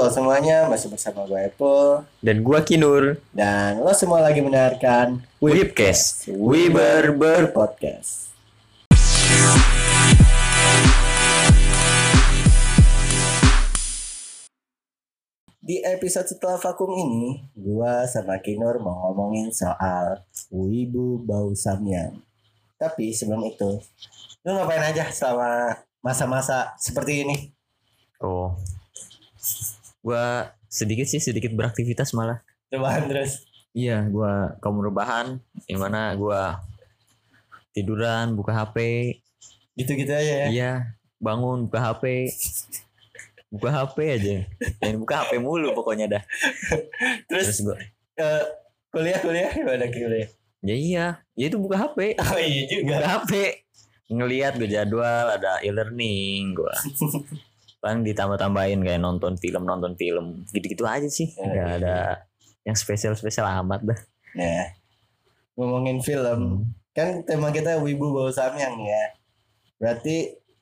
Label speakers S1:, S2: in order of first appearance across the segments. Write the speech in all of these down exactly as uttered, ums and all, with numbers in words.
S1: Halo semuanya, masih bersama gue Apple
S2: Dan gua Kinur.
S1: dan lo semua lagi mendengarkan
S2: Webcast,
S1: Wiber
S2: Wiber
S1: Podcast. Di episode setelah vakum ini, gue sama Kinur mau ngomongin soal Wibu Bau Samyang. Tapi sebelum itu, lo ngapain aja selama masa-masa seperti ini?
S2: Oh, gua sedikit sih sedikit beraktivitas malah.
S1: Rebahan terus.
S2: Iya, gua kaum rebahan, di mana gua tiduran, buka H P.
S1: Gitu-gitu aja ya?
S2: Iya, bangun buka H P, buka H P aja. Jangan buka H P mulu pokoknya dah.
S1: Terus,
S2: Terus gua,
S1: eh, kuliah-kuliah gimana kuliah?
S2: ya iya, ya itu buka H P,
S1: Oh iya juga.
S2: buka H P, ngelihat gue jadwal ada e-learning gua. Paling ditambah-tambahin kayak nonton film nonton film gitu-gitu aja sih,
S1: Ya,
S2: nggak
S1: iya.
S2: ada yang spesial-spesial amat dah.
S1: Nah, ngomongin film,
S2: Hmm.
S1: kan tema kita Wibu Bau Samyang nih ya. Berarti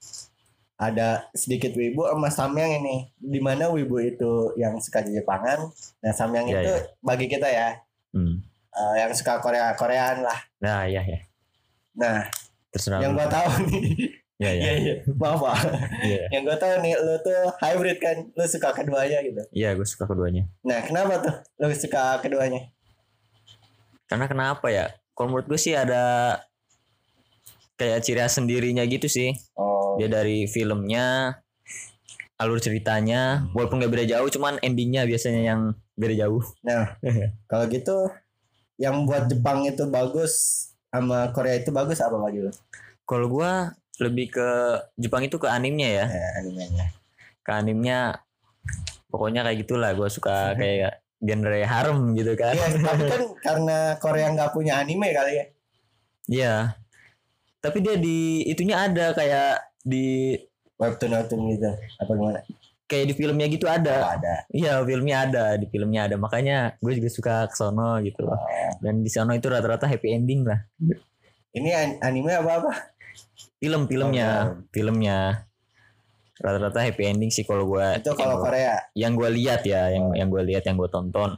S1: ada sedikit Wibu sama Samyang ini. Dimana Wibu itu yang suka Jepangan, nah Samyang
S2: Ya,
S1: itu
S2: ya.
S1: bagi kita ya,
S2: Hmm.
S1: eh, yang suka Korea Koreaan lah.
S2: Nah, ya ya.
S1: Nah,
S2: Terserah
S1: yang
S2: lu.
S1: gua tahu nih,
S2: Ya ya.
S1: iya iya, maaf Pak.
S2: Iya.
S1: Yang gua tahu nih, lu tuh hybrid kan, lu suka keduanya gitu.
S2: Iya, gue suka keduanya.
S1: Nah, kenapa tuh lu suka keduanya?
S2: Karena kenapa ya? Kalau menurut gue sih ada kayak ciri khas sendirinya gitu sih.
S1: Oh,
S2: Dia dari filmnya, alur ceritanya, walaupun gak beda jauh, cuman endingnya biasanya yang beda jauh.
S1: nah kalau gitu, yang buat Jepang itu bagus sama Korea itu bagus apa bagi lu?
S2: Kalau gue lebih ke Jepang itu ke animnya ya.
S1: Nah, animenya.
S2: Ke animnya pokoknya kayak gitulah. Gue suka kayak genre harem gitu kan.
S1: Iya, tapi kan karena Korea nggak punya anime kali ya.
S2: Iya. Tapi dia di itunya ada kayak di
S1: Webtoon webtoon gitu. Apa gimana?
S2: kayak di filmnya gitu
S1: Oh,
S2: ada.
S1: ada.
S2: Iya, filmnya ada, di filmnya ada. Makanya gue juga suka ke sono gitu loh. Dan di sono itu rata-rata happy ending lah.
S1: Ini an- anime apa apa?
S2: Film-filmnya, filmnya rata-rata happy ending sih kalau gue.
S1: Itu kalau Korea.
S2: Yang gue lihat ya, yang yang gue lihat, yang gue tonton.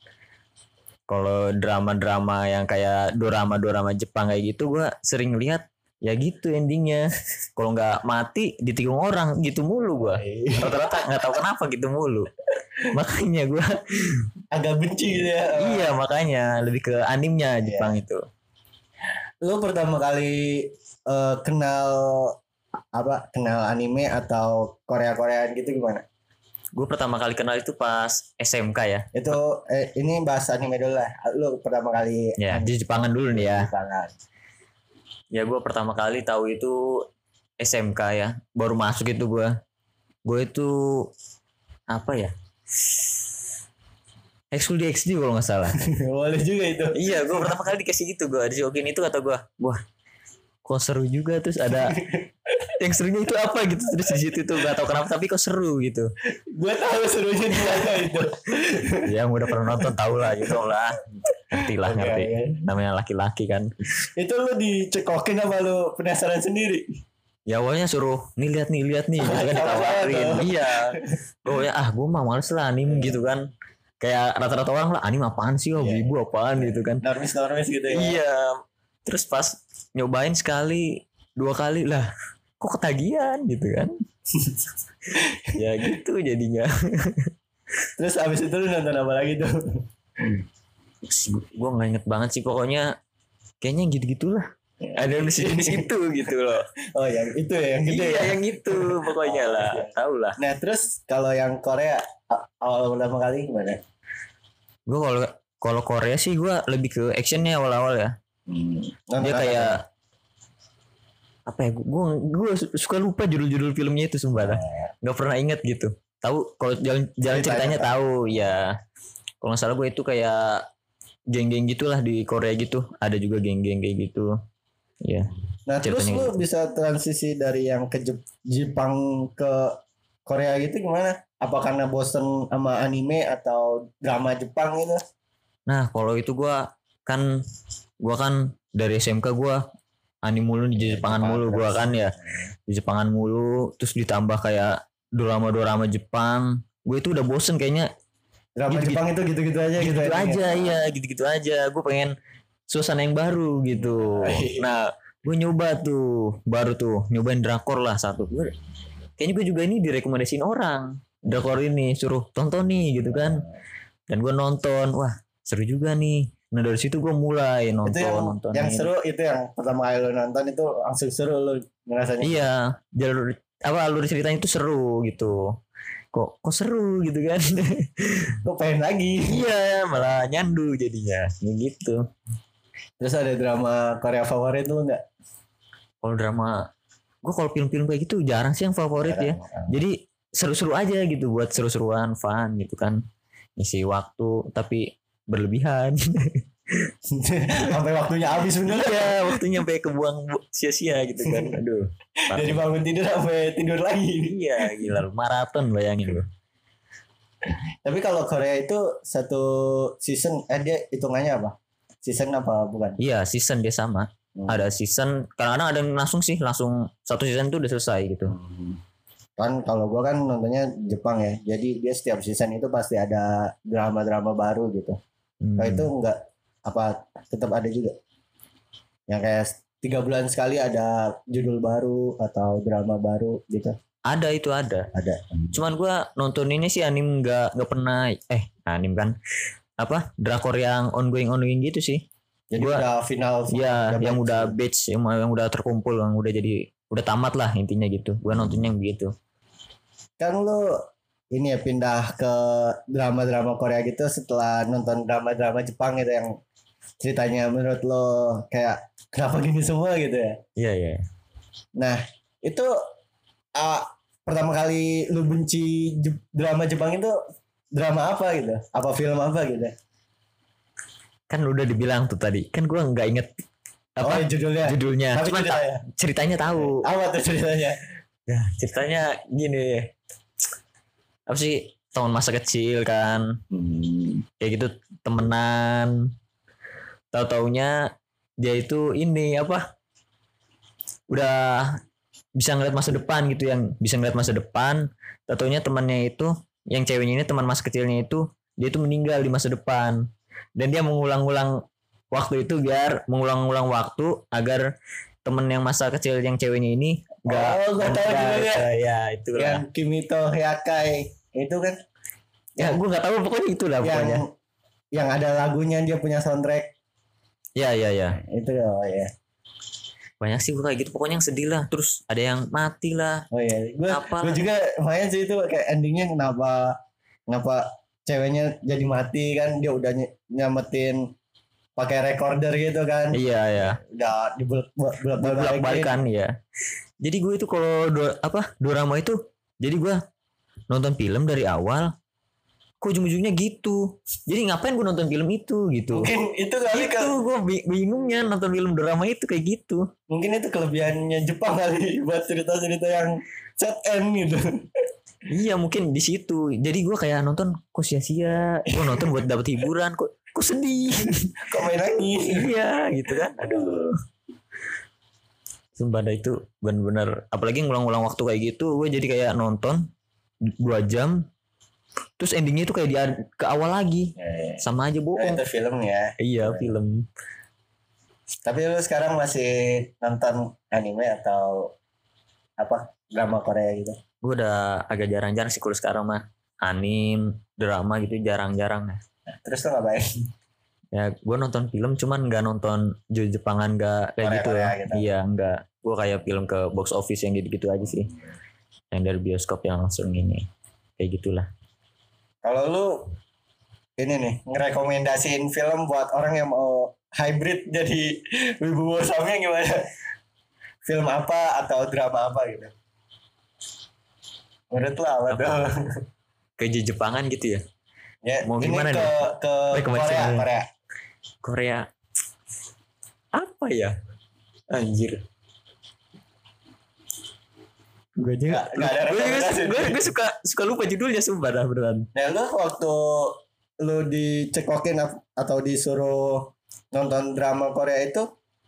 S2: Kalau drama-drama yang kayak dorama-dorama Jepang kayak gitu, gue sering lihat ya gitu endingnya. Kalau nggak mati ditikung orang gitu mulu gue. Rata-rata nggak tahu kenapa gitu mulu. Makanya gue
S1: Agak benci gitu ya.
S2: iya makanya lebih ke animnya Jepang itu.
S1: Lu pertama kali eh, kenal apa? Kenal anime atau Korea-Koreaan gitu gimana?
S2: Gue pertama kali kenal itu pas S M K ya.
S1: Itu eh, ini bahas anime dulu lah. Lu pertama kali
S2: Ya di Jepangan dulu nih ya.
S1: Jepangan.
S2: Ya gue pertama kali tahu itu S M K ya. Baru masuk itu gue. Gue itu apa ya? Ekskul di X D kalau nggak salah.
S1: Boleh juga itu.
S2: Iya, gue pertama kali dikasih gitu gue. Dijokin itu kata gue, wah, kok seru juga. Terus ada yang serunya itu apa gitu. Terus di situ tuh gak tau kenapa tapi kok seru gitu.
S1: Gue tahu serunya di mana itu.
S2: Yang udah pernah nonton tau lah gitu lah. Ngerti lah
S1: Oke,
S2: ngerti.
S1: oke.
S2: Namanya laki-laki kan.
S1: Itu lu dicekokin apa lu penasaran sendiri?
S2: Ya awalnya suruh nih lihat nih lihat nih gitu kan ditawarin. Iya. Pokoknya ah gue mah males lah anime gitu kan. Kayak rata-rata orang lah anime apaan sih, oh
S1: Iya.
S2: ibu apaan gitu kan.
S1: Normis-normis gitu ya.
S2: Iya. Terus pas nyobain sekali, dua kali lah, kok ketagihan gitu kan. Ya gitu jadinya.
S1: Terus abis itu lu nonton apa lagi tuh?
S2: Gue nggak inget banget sih pokoknya. Kayaknya gitu-gitulah. Ada yang jenis itu gitu loh.
S1: Oh yang itu ya, yang gede
S2: Iya
S1: ya.
S2: yang itu pokoknya
S1: Oh,
S2: lah.
S1: iya.
S2: Tahu lah.
S1: Nah terus kalau yang Korea a- awal pertama kali gimana?
S2: Gue kalau kalau Korea sih gue lebih ke actionnya awal-awal ya.
S1: Hmm.
S2: Dia kayak apa ya? Gue gue suka lupa judul-judul filmnya itu sumpah lah. Nggak pernah inget gitu. Tahu kalau jalan jalan
S1: Ceritanya
S2: ceritanya tahu ya. Kalau nggak salah gue itu kayak geng-geng gitulah di Korea gitu. Ada juga geng-geng kayak gitu. Ya.
S1: Nah terus
S2: ceritanya
S1: lu
S2: gitu.
S1: bisa transisi dari yang ke Jep- Jepang ke Korea gitu gimana? Apa karena bosen sama anime atau drama Jepang gitu?
S2: Nah kalau itu gue kan gue kan dari S M K gue anime mulu di Jepangan
S1: Jepang
S2: mulu gue
S1: terus.
S2: kan ya di Jepangan mulu terus ditambah kayak drama-drama Jepang gue itu udah bosen kayaknya.
S1: Drama
S2: Gitu-gitu.
S1: Jepang itu gitu-gitu aja gitu.
S2: Gitu
S1: ya.
S2: aja iya, gitu-gitu aja. Gue pengen suasana yang baru gitu. Nah, gue nyoba tuh, baru tuh nyobain drakor lah satu. Gue kayaknya gue juga ini direkomendasiin orang. Drakor ini suruh tonton nih gitu kan. Dan gue nonton, wah seru juga nih. Nah dari situ gue mulai nonton
S1: Itu yang,
S2: nonton.
S1: yang seru itu yang pertama kali lo nonton itu langsung seru lo ngerasanya.
S2: Iya, jalur apa alur ceritanya itu seru gitu. Kok kok seru gitu kan.
S1: Kok pengen lagi.
S2: Iya, malah nyandu jadinya. Ya gitu.
S1: Terus ada drama Korea favorit lo nggak?
S2: Kalau drama, gue kalau film-film kayak gitu jarang sih yang favorit ya. Jadi seru-seru aja gitu buat seru-seruan, fun gitu kan. Isi waktu tapi berlebihan.
S1: Sampai waktunya habis bener.
S2: Iya, waktunya sampai kebuang bu- sia-sia gitu kan. Aduh.
S1: Dari bangun tidur sampai tidur lagi.
S2: Iya, gila lu. Maraton bayangin lu.
S1: Tapi kalau Korea itu satu season eh dia hitungannya apa? Season apa bukan?
S2: Iya, season dia sama.
S1: Hmm.
S2: Ada season, kadang-kadang ada yang langsung sih, langsung satu season tuh udah selesai gitu.
S1: Hmm. Kan kalau gua kan nontonnya Jepang ya. Jadi dia setiap season itu pasti ada drama-drama baru gitu.
S2: Hmm.
S1: Kalau itu enggak apa tetap ada juga. Yang kayak tiga bulan sekali ada judul baru atau drama baru gitu.
S2: Ada itu ada.
S1: Ada.
S2: Cuman gua nonton ini sih anime nggak nggak pernah eh anime kan apa drakor yang ongoing ongoing gitu sih.
S1: Jadi
S2: Gua-
S1: udah final.
S2: Iya, yang
S1: batch.
S2: udah batch, yang, yang udah terkumpul, yang udah jadi udah tamat lah intinya gitu. Gua nontonnya yang begitu.
S1: Kan lu ini ya pindah ke drama-drama Korea gitu setelah nonton drama-drama Jepang gitu yang ceritanya menurut lo kayak kenapa gini semua gitu ya.
S2: Iya iya.
S1: Nah itu ah, pertama kali lu benci Je- drama Jepang itu drama apa gitu? Apa film apa gitu?
S2: Kan udah dibilang tuh tadi. Kan gua nggak inget
S1: Oh
S2: apa
S1: judulnya.
S2: judulnya.
S1: Tapi
S2: Cuman ta-
S1: ceritanya.
S2: ceritanya tahu.
S1: Apa tuh ceritanya?
S2: Ya, ceritanya gini. Apa sih? Tahun masa kecil kan. Kayak gitu temenan. Tahu-taunya dia itu ini apa? Udah bisa ngeliat masa depan gitu, yang bisa ngeliat masa depan. Tahu-taunya temannya itu, yang ceweknya ini teman masa kecilnya itu, dia itu meninggal di masa depan. Dan dia mengulang-ulang waktu itu biar mengulang-ulang waktu agar temen yang masa kecil yang ceweknya ini nggak
S1: Oh, gua tahu
S2: nggak-
S1: judulnya.
S2: ya itu lah.
S1: Yang Kimito Hyakai itu kan
S2: Ya gue nggak tahu pokoknya itu lah
S1: yang
S2: pokoknya.
S1: yang ada lagunya dia punya soundtrack
S2: Ya ya ya.
S1: itu oh ya.
S2: Banyak sih gue kayak gitu. Pokoknya yang sedih lah. Terus ada yang mati lah.
S1: Oh iya, gue
S2: Apalah.
S1: gue juga lumayan sih itu kayak endingnya kenapa kenapa ceweknya jadi mati kan dia udah ny- nyelamatin pakai recorder gitu kan,
S2: Iya ya.
S1: udah dibulak bulak
S2: Bolak balikan ya. Jadi gue itu kalau do, apa dorama itu, jadi gue nonton film dari awal, kok ujung-ujungnya gitu. Jadi ngapain gue nonton film itu gitu?
S1: Mungkin itu kali
S2: Itu
S1: ke,
S2: gue bingungnya nonton film drama itu kayak gitu.
S1: mungkin itu kelebihannya Jepang kali buat cerita-cerita yang set end gitu.
S2: Iya mungkin di situ. Jadi gue kayak nonton kok sia-sia. Gue nonton buat dapet hiburan, kok kok sedih.
S1: Kok main lagi?
S2: Iya gitu kan. Aduh. Sumpah dah itu bener-bener. Apalagi ngulang-ngulang waktu kayak gitu, gue jadi kayak nonton dua jam. Terus endingnya itu kayak di ke awal lagi.
S1: Eh,
S2: Sama aja
S1: nah,
S2: bohong.
S1: itu film ya.
S2: Iya film.
S1: Tapi lu sekarang masih nonton anime atau apa drama Korea gitu?
S2: Gue udah agak jarang-jarang sih kalau sekarang mah. Anim, drama gitu jarang-jarang.
S1: Terus lu ngapain?
S2: Ya gue nonton film cuman gak nonton Jo- Jepangan gak kayak
S1: Korea-
S2: gitu
S1: Korea
S2: ya.
S1: gitu.
S2: Iya enggak. Gue kayak film ke box office yang gitu-gitu aja sih. Yang dari bioskop yang langsung ini. Kayak gitulah.
S1: Kalau lu ini nih ngerekomendasiin film buat orang yang mau hybrid jadi wibu bosamnya gimana? Film apa atau drama apa gitu? Menurut lu apa
S2: Apa?
S1: tuh?
S2: Kayak Jo- Jepangan gitu ya.
S1: Ya,
S2: Mau
S1: ini
S2: gimana
S1: ke
S2: nih?
S1: ke
S2: Rekomendasi
S1: Korea,
S2: ini.
S1: Korea.
S2: Korea. Apa ya? Anjir. Gue
S1: Nggak-
S2: juga
S1: nggak ada
S2: gue,
S1: rekomendasi.
S2: gue, gue suka suka lupa judulnya sumpah dah beneran.
S1: Nah, lu waktu lu dicekokin ap- atau disuruh nonton drama Korea itu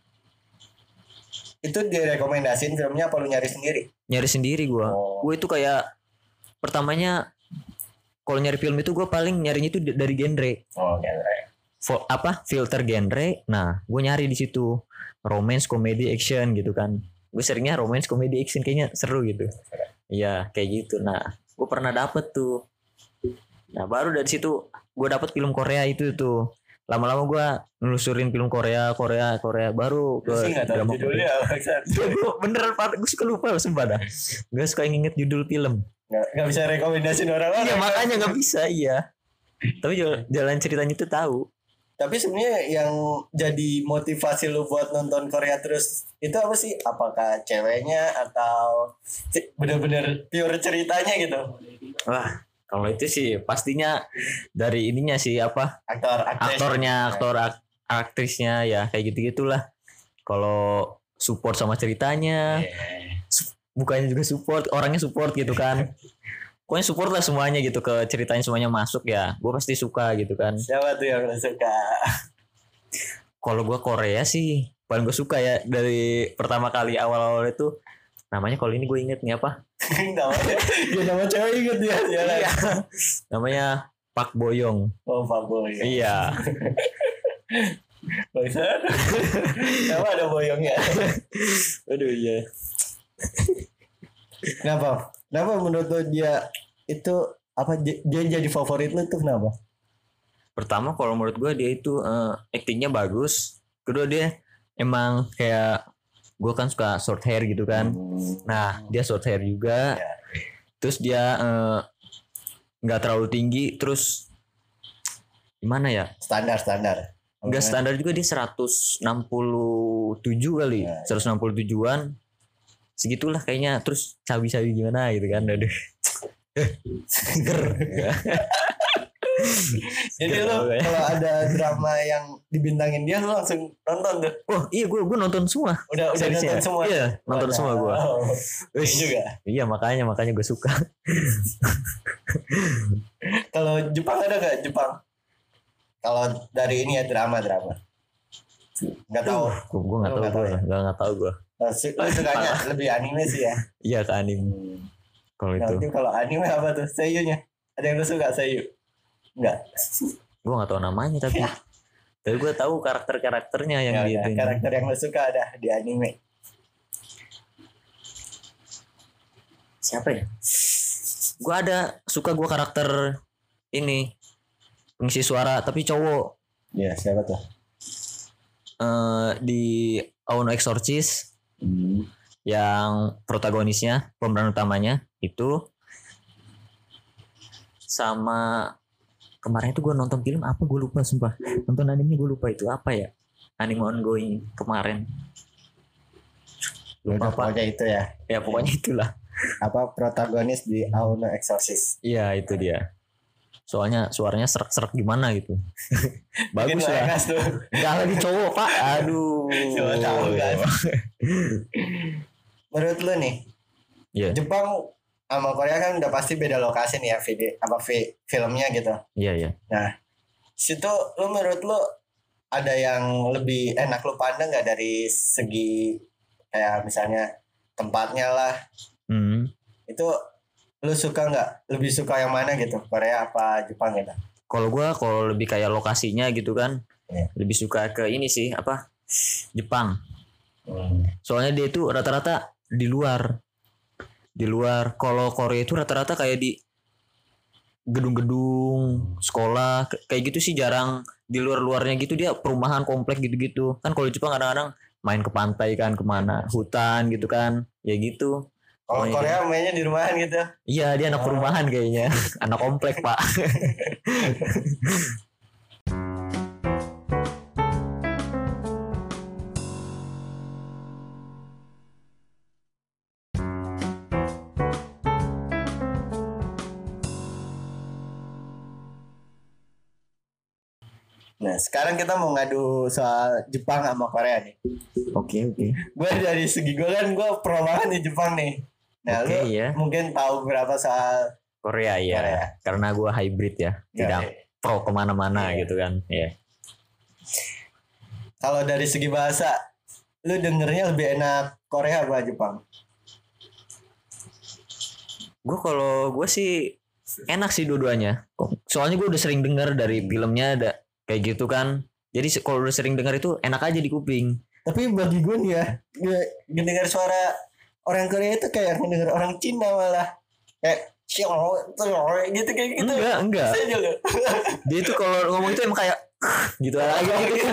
S1: itu direkomendasiin filmnya apa lu nyari sendiri?
S2: Nyari sendiri gue.
S1: Oh.
S2: Gue itu kayak pertamanya kalau nyari film itu gue paling nyarinya itu dari genre.
S1: Oh, genre.
S2: Fo- apa filter genre. Nah, gue nyari di situ romance, komedi, action gitu kan. Gue seringnya romance, komedi, action kayaknya seru gitu. Iya, kayak gitu. Nah, gue pernah dapet tuh. Nah, baru dari situ gue dapet film Korea itu tuh. Lama-lama gue nelusurin film Korea, Korea, Korea, baru ke
S1: Gue sih nggak tahu
S2: drama
S1: judulnya apa.
S2: Gue beneran gue suka lupa loh, sumpah dah. Gue suka inget judul film.
S1: Nggak, nggak bisa rekomendasiin orang-orang.
S2: Iya makanya nggak bisa, iya. Tapi jalan, jalan ceritanya itu tahu.
S1: Tapi sebenarnya yang jadi motivasi lu buat nonton Korea terus itu apa sih? Apakah ceweknya atau bener-bener pure ceritanya gitu?
S2: Wah, kalau itu sih pastinya dari ininya sih apa?
S1: Aktor, aktris.
S2: Aktornya, aktor, ak- aktrisnya ya kayak gitu-gitulah. Kalau support sama ceritanya,
S1: Yeah.
S2: su- bukannya juga support, orangnya support gitu kan. Pokoknya support lah semuanya gitu, ke ceritanya semuanya masuk ya. Gue pasti suka gitu kan.
S1: Siapa tuh yang lu suka?
S2: Kalau gue Korea sih paling gue suka ya dari pertama kali awal-awal itu. Namanya kalau ini gue inget nih apa?
S1: Namanya, ya nama cewek inget ya.
S2: Iya. Namanya Park Bo Young.
S1: Oh, Pak Boy.
S2: Iya.
S1: Baiklah. Kenapa ada boyongnya?
S2: Aduh iya.
S1: Kenapa? Kenapa menurut lo dia itu apa j- dia jadi favorit lo tuh kenapa?
S2: Pertama kalau menurut gue dia itu uh, actingnya bagus. Kedua dia emang kayak gue kan suka short hair gitu kan.
S1: Hmm.
S2: Nah dia short hair juga.
S1: Ya.
S2: Terus dia nggak uh, terlalu tinggi. Terus gimana ya?
S1: Standar standar.
S2: Nggak standar juga, dia seratus enam puluh tujuh kali.
S1: Ya, ya.
S2: seratus enam puluh tujuan. Segitulah kayaknya. Terus cabi-cabi gimana gitu kan. Aduh. Seger.
S1: Jadi lo kalau ada drama yang dibintangin dia lo langsung nonton tuh.
S2: Oh iya, gue gue nonton semua.
S1: Udah udah
S2: Seriesnya.
S1: nonton semua.
S2: Iya, nonton
S1: Wadah.
S2: semua gue.
S1: Oh,
S2: Wih,
S1: juga.
S2: Iya makanya makanya gue suka.
S1: Kalau Jepang ada gak Jepang? Kalau dari ini ya drama drama. Gak tahu.
S2: Gue gue nggak
S1: Lu
S2: tahu
S1: nggak tahu
S2: gue,
S1: ya?
S2: nggak nggak tahu gue.
S1: Lo sukanya lebih anime sih ya.
S2: Iya ke anime kalau
S1: Nah,
S2: itu.
S1: itu kalau anime apa tuh? Seiyunya. Ada yang lo suka seiyu? Enggak.
S2: Gue nggak tahu namanya tapi. Tapi gue tahu karakter-karakternya yang
S1: Ya,
S2: di
S1: udah,
S2: itu.
S1: karakter yang lo suka ada di anime.
S2: Siapa ya? Gue ada suka gue karakter ini pengisi suara tapi cowok.
S1: Ya siapa tuh?
S2: Eh di Auno Exorcist
S1: Hmm.
S2: yang protagonisnya, pemeran utamanya itu, sama kemarin itu gue nonton film apa gue lupa sumpah, nonton animenya gue lupa itu apa ya, anime ongoing kemarin lupa
S1: Udah,
S2: apa
S1: pokoknya itu ya.
S2: ya pokoknya itulah.
S1: Apa protagonis di Auno Exorcist?
S2: Iya itu dia, soalnya suaranya serak-serak gimana gitu. Bagus
S1: Bikin
S2: lah.
S1: Lengas tuh.
S2: Gak lagi cowok pak, aduh.
S1: Coba tahu kan. Menurut lu nih,
S2: Iya
S1: Jepang sama Korea kan udah pasti beda lokasi nih ya video apa fi- filmnya gitu.
S2: iya iya.
S1: Situ lu menurut lu ada yang lebih enak lu pandang nggak dari segi kayak misalnya tempatnya lah,
S2: Hmm.
S1: itu lu suka nggak, lebih suka yang mana gitu, Korea apa Jepang gitu?
S2: Kalau gue kalau lebih kayak lokasinya gitu kan,
S1: Iya.
S2: lebih suka ke ini sih apa, Jepang.
S1: Hmm.
S2: Soalnya dia itu rata-rata di luar, di luar. Kalau Korea itu rata-rata kayak di gedung-gedung sekolah K- kayak gitu sih, jarang di luar-luarnya gitu, dia perumahan komplek gitu-gitu kan. Kalau Jepang kadang-kadang main ke pantai kan, kemana hutan gitu kan ya gitu.
S1: Kalau
S2: Oh, iya.
S1: Korea mainnya di rumahan gitu.
S2: Iya dia anak
S1: Oh.
S2: perumahan kayaknya. Anak komplek pak.
S1: Nah sekarang kita mau ngadu soal Jepang sama Korea nih.
S2: Oke oke.
S1: Gue dari segi gue kan gue pro banget di Jepang nih. Nah
S2: Oke,
S1: lu
S2: iya.
S1: mungkin tahu berapa soal
S2: Korea ya,
S1: Korea.
S2: karena gue hybrid ya, tidak
S1: ya,
S2: pro kemana-mana
S1: Iya.
S2: gitu kan. Ya.
S1: kalau dari segi bahasa, lu dengernya lebih enak Korea apa Jepang?
S2: Gue kalau gue sih enak sih dua-duanya. Soalnya gue udah sering dengar dari filmnya ada kayak gitu kan. Jadi kalau udah sering dengar itu enak aja di kuping.
S1: Tapi bagi gue nih ya, gue dengar suara orang Korea itu kayak mendengar orang Cina malah. Kayak Xiao, gitu kayak gitu.
S2: Enggak, enggak. Dia itu kalau ngomong itu emang kayak gitu aja gitu.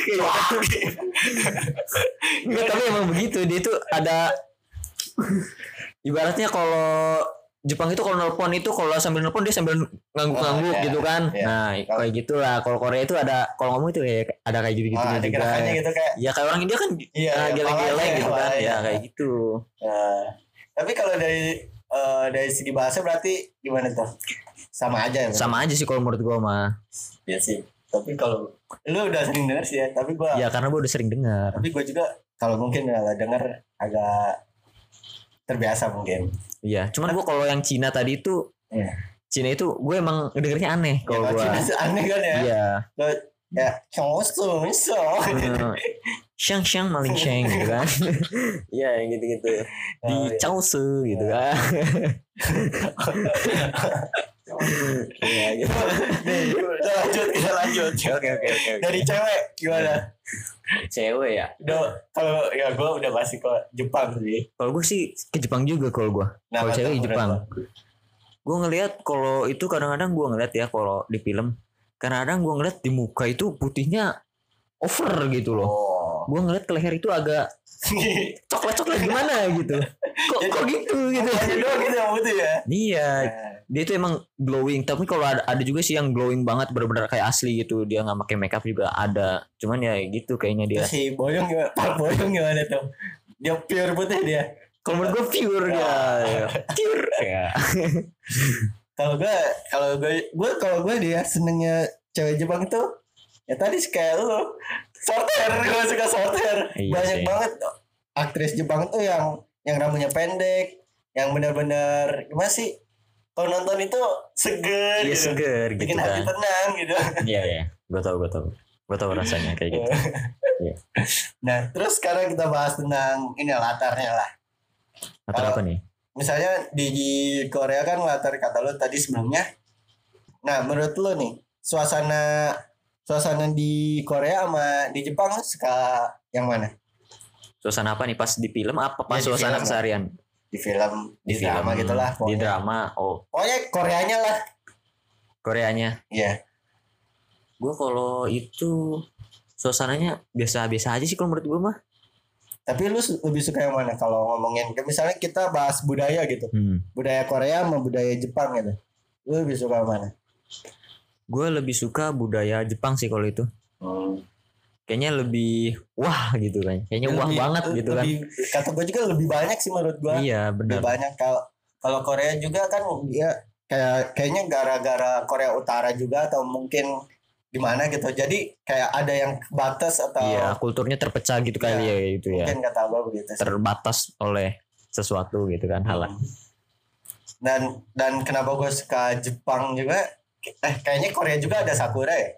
S2: Enggak, tapi emang begitu. Dia itu ada ibaratnya kalau Jepang itu kalau nelpon itu kalau sambil nelpon dia sambil ngangguk-ngangguk oh, iya, gitu kan. Iya. Nah, kalo, kayak gitulah. Kalau Korea itu ada kalau ngomong itu kayak ada kayak gitu-gitu oh, juga. Ya. Gitu kayak ya kayak orang India kan iya, nah, geleng-geleng gitu kan. Ya kayak gitu.
S1: Nah, tapi kalau dari uh, dari segi bahasa berarti gimana tuh? Sama aja ya.
S2: Sama aja sih kalau menurut gua mah.
S1: Iya sih. Tapi kalau lu udah sering dengar sih ya, tapi gua
S2: ya karena gua udah sering dengar.
S1: Tapi gua juga kalau mungkin kalau dengar agak terbiasa mungkin.
S2: Iya, cuman gue kalau yang Cina tadi itu, yeah. Cina itu gue emang dengernya aneh kalau ya, gue.
S1: Cina aneh kan ya.
S2: Iya.
S1: Ya, Chongsu, Miso.
S2: Shang Shang maling Shang gitu kan. Iya, yang gitu-gitu. Di oh, Chongsu gitu kan. Iya gitu.
S1: Kita lanjut, kita lanjut.
S2: Oke oke oke.
S1: Dari cewek gimana?
S2: Cewek ya.
S1: Udah kalau ya gue udah pasti ke Jepang sih.
S2: Kalau gue sih ke Jepang juga kalau gue. Nah, kalau cewek ke Jepang. Gue ngelihat kalau itu kadang-kadang gue ngelihat ya kalau di film. Kadang-kadang gue ngelihat di muka itu putihnya over gitu loh. Oh. Gue ngelihat ke leher itu agak coklat-coklat gimana gitu. Kok ya, kok gitu gitu.
S1: Doang gitu yang putih ya.
S2: Iya. Dia itu emang glowing, tapi kalau ada ada juga sih yang glowing banget benar-benar kayak asli gitu. Dia nggak pakai makeup juga ada. Cuman ya gitu kayaknya dia.
S1: Si Boyong gimana? Pak Boyong gimana tuh? Dia pure putih dia.
S2: Kalau menurut gue pure ya, ya. Pure ya.
S1: Kalau gue kalau gue gue kalau gue dia senengnya cewek Jepang itu ya tadi kayak lu sorter, gue suka sorter. Iya banyak sih. Banget aktris Jepang tuh yang yang rambutnya pendek, yang benar-benar gimana sih? Kalau nonton itu seger,
S2: iya, gitu. Seger gitu
S1: bikin hati
S2: kan.
S1: Tenang gitu.
S2: Iya iya, gue tau gue tau, gue tau rasanya kayak gitu. Iya.
S1: Nah terus sekarang kita bahas tentang ini latarnya lah.
S2: Latar apa nih?
S1: Misalnya di, di Korea kan latar kata lo tadi sebelumnya. Nah menurut lo nih suasana suasana di Korea sama di Jepang suka yang mana?
S2: Suasana apa nih pas di film apa pas ya, suasana keseharian?
S1: Di film, di, di drama
S2: film,
S1: gitulah.
S2: Di drama, oh.
S1: Pokoknya Koreanya lah.
S2: Koreanya.
S1: Iya. Yeah.
S2: Gue kalau itu suasananya biasa-biasa aja sih kalau menurut gue mah.
S1: Tapi lu lebih suka yang mana kalau ngomongin? Misalnya kita bahas budaya gitu, hmm. budaya Korea sama budaya Jepang gitu. Lu lebih suka yang mana?
S2: Gue lebih suka budaya Jepang sih kalau itu. Hmm. Kayaknya lebih wah gitu kan. Kayaknya lebih, wah banget lebih, gitu kan.
S1: Kata gue juga lebih banyak sih menurut gue.
S2: Iya benar.
S1: Lebih banyak kalau kalau Korea juga kan dia kayak kayaknya gara-gara Korea Utara juga atau mungkin gimana gitu. Jadi kayak ada yang batas atau
S2: iya kulturnya terpecah gitu ya, kali ya gitu ya.
S1: Mungkin kata gue begitu. Sih.
S2: Terbatas oleh sesuatu gitu kan hal. Hmm.
S1: Dan dan kenapa gue suka Jepang juga? Eh kayaknya Korea juga ada sakura ya.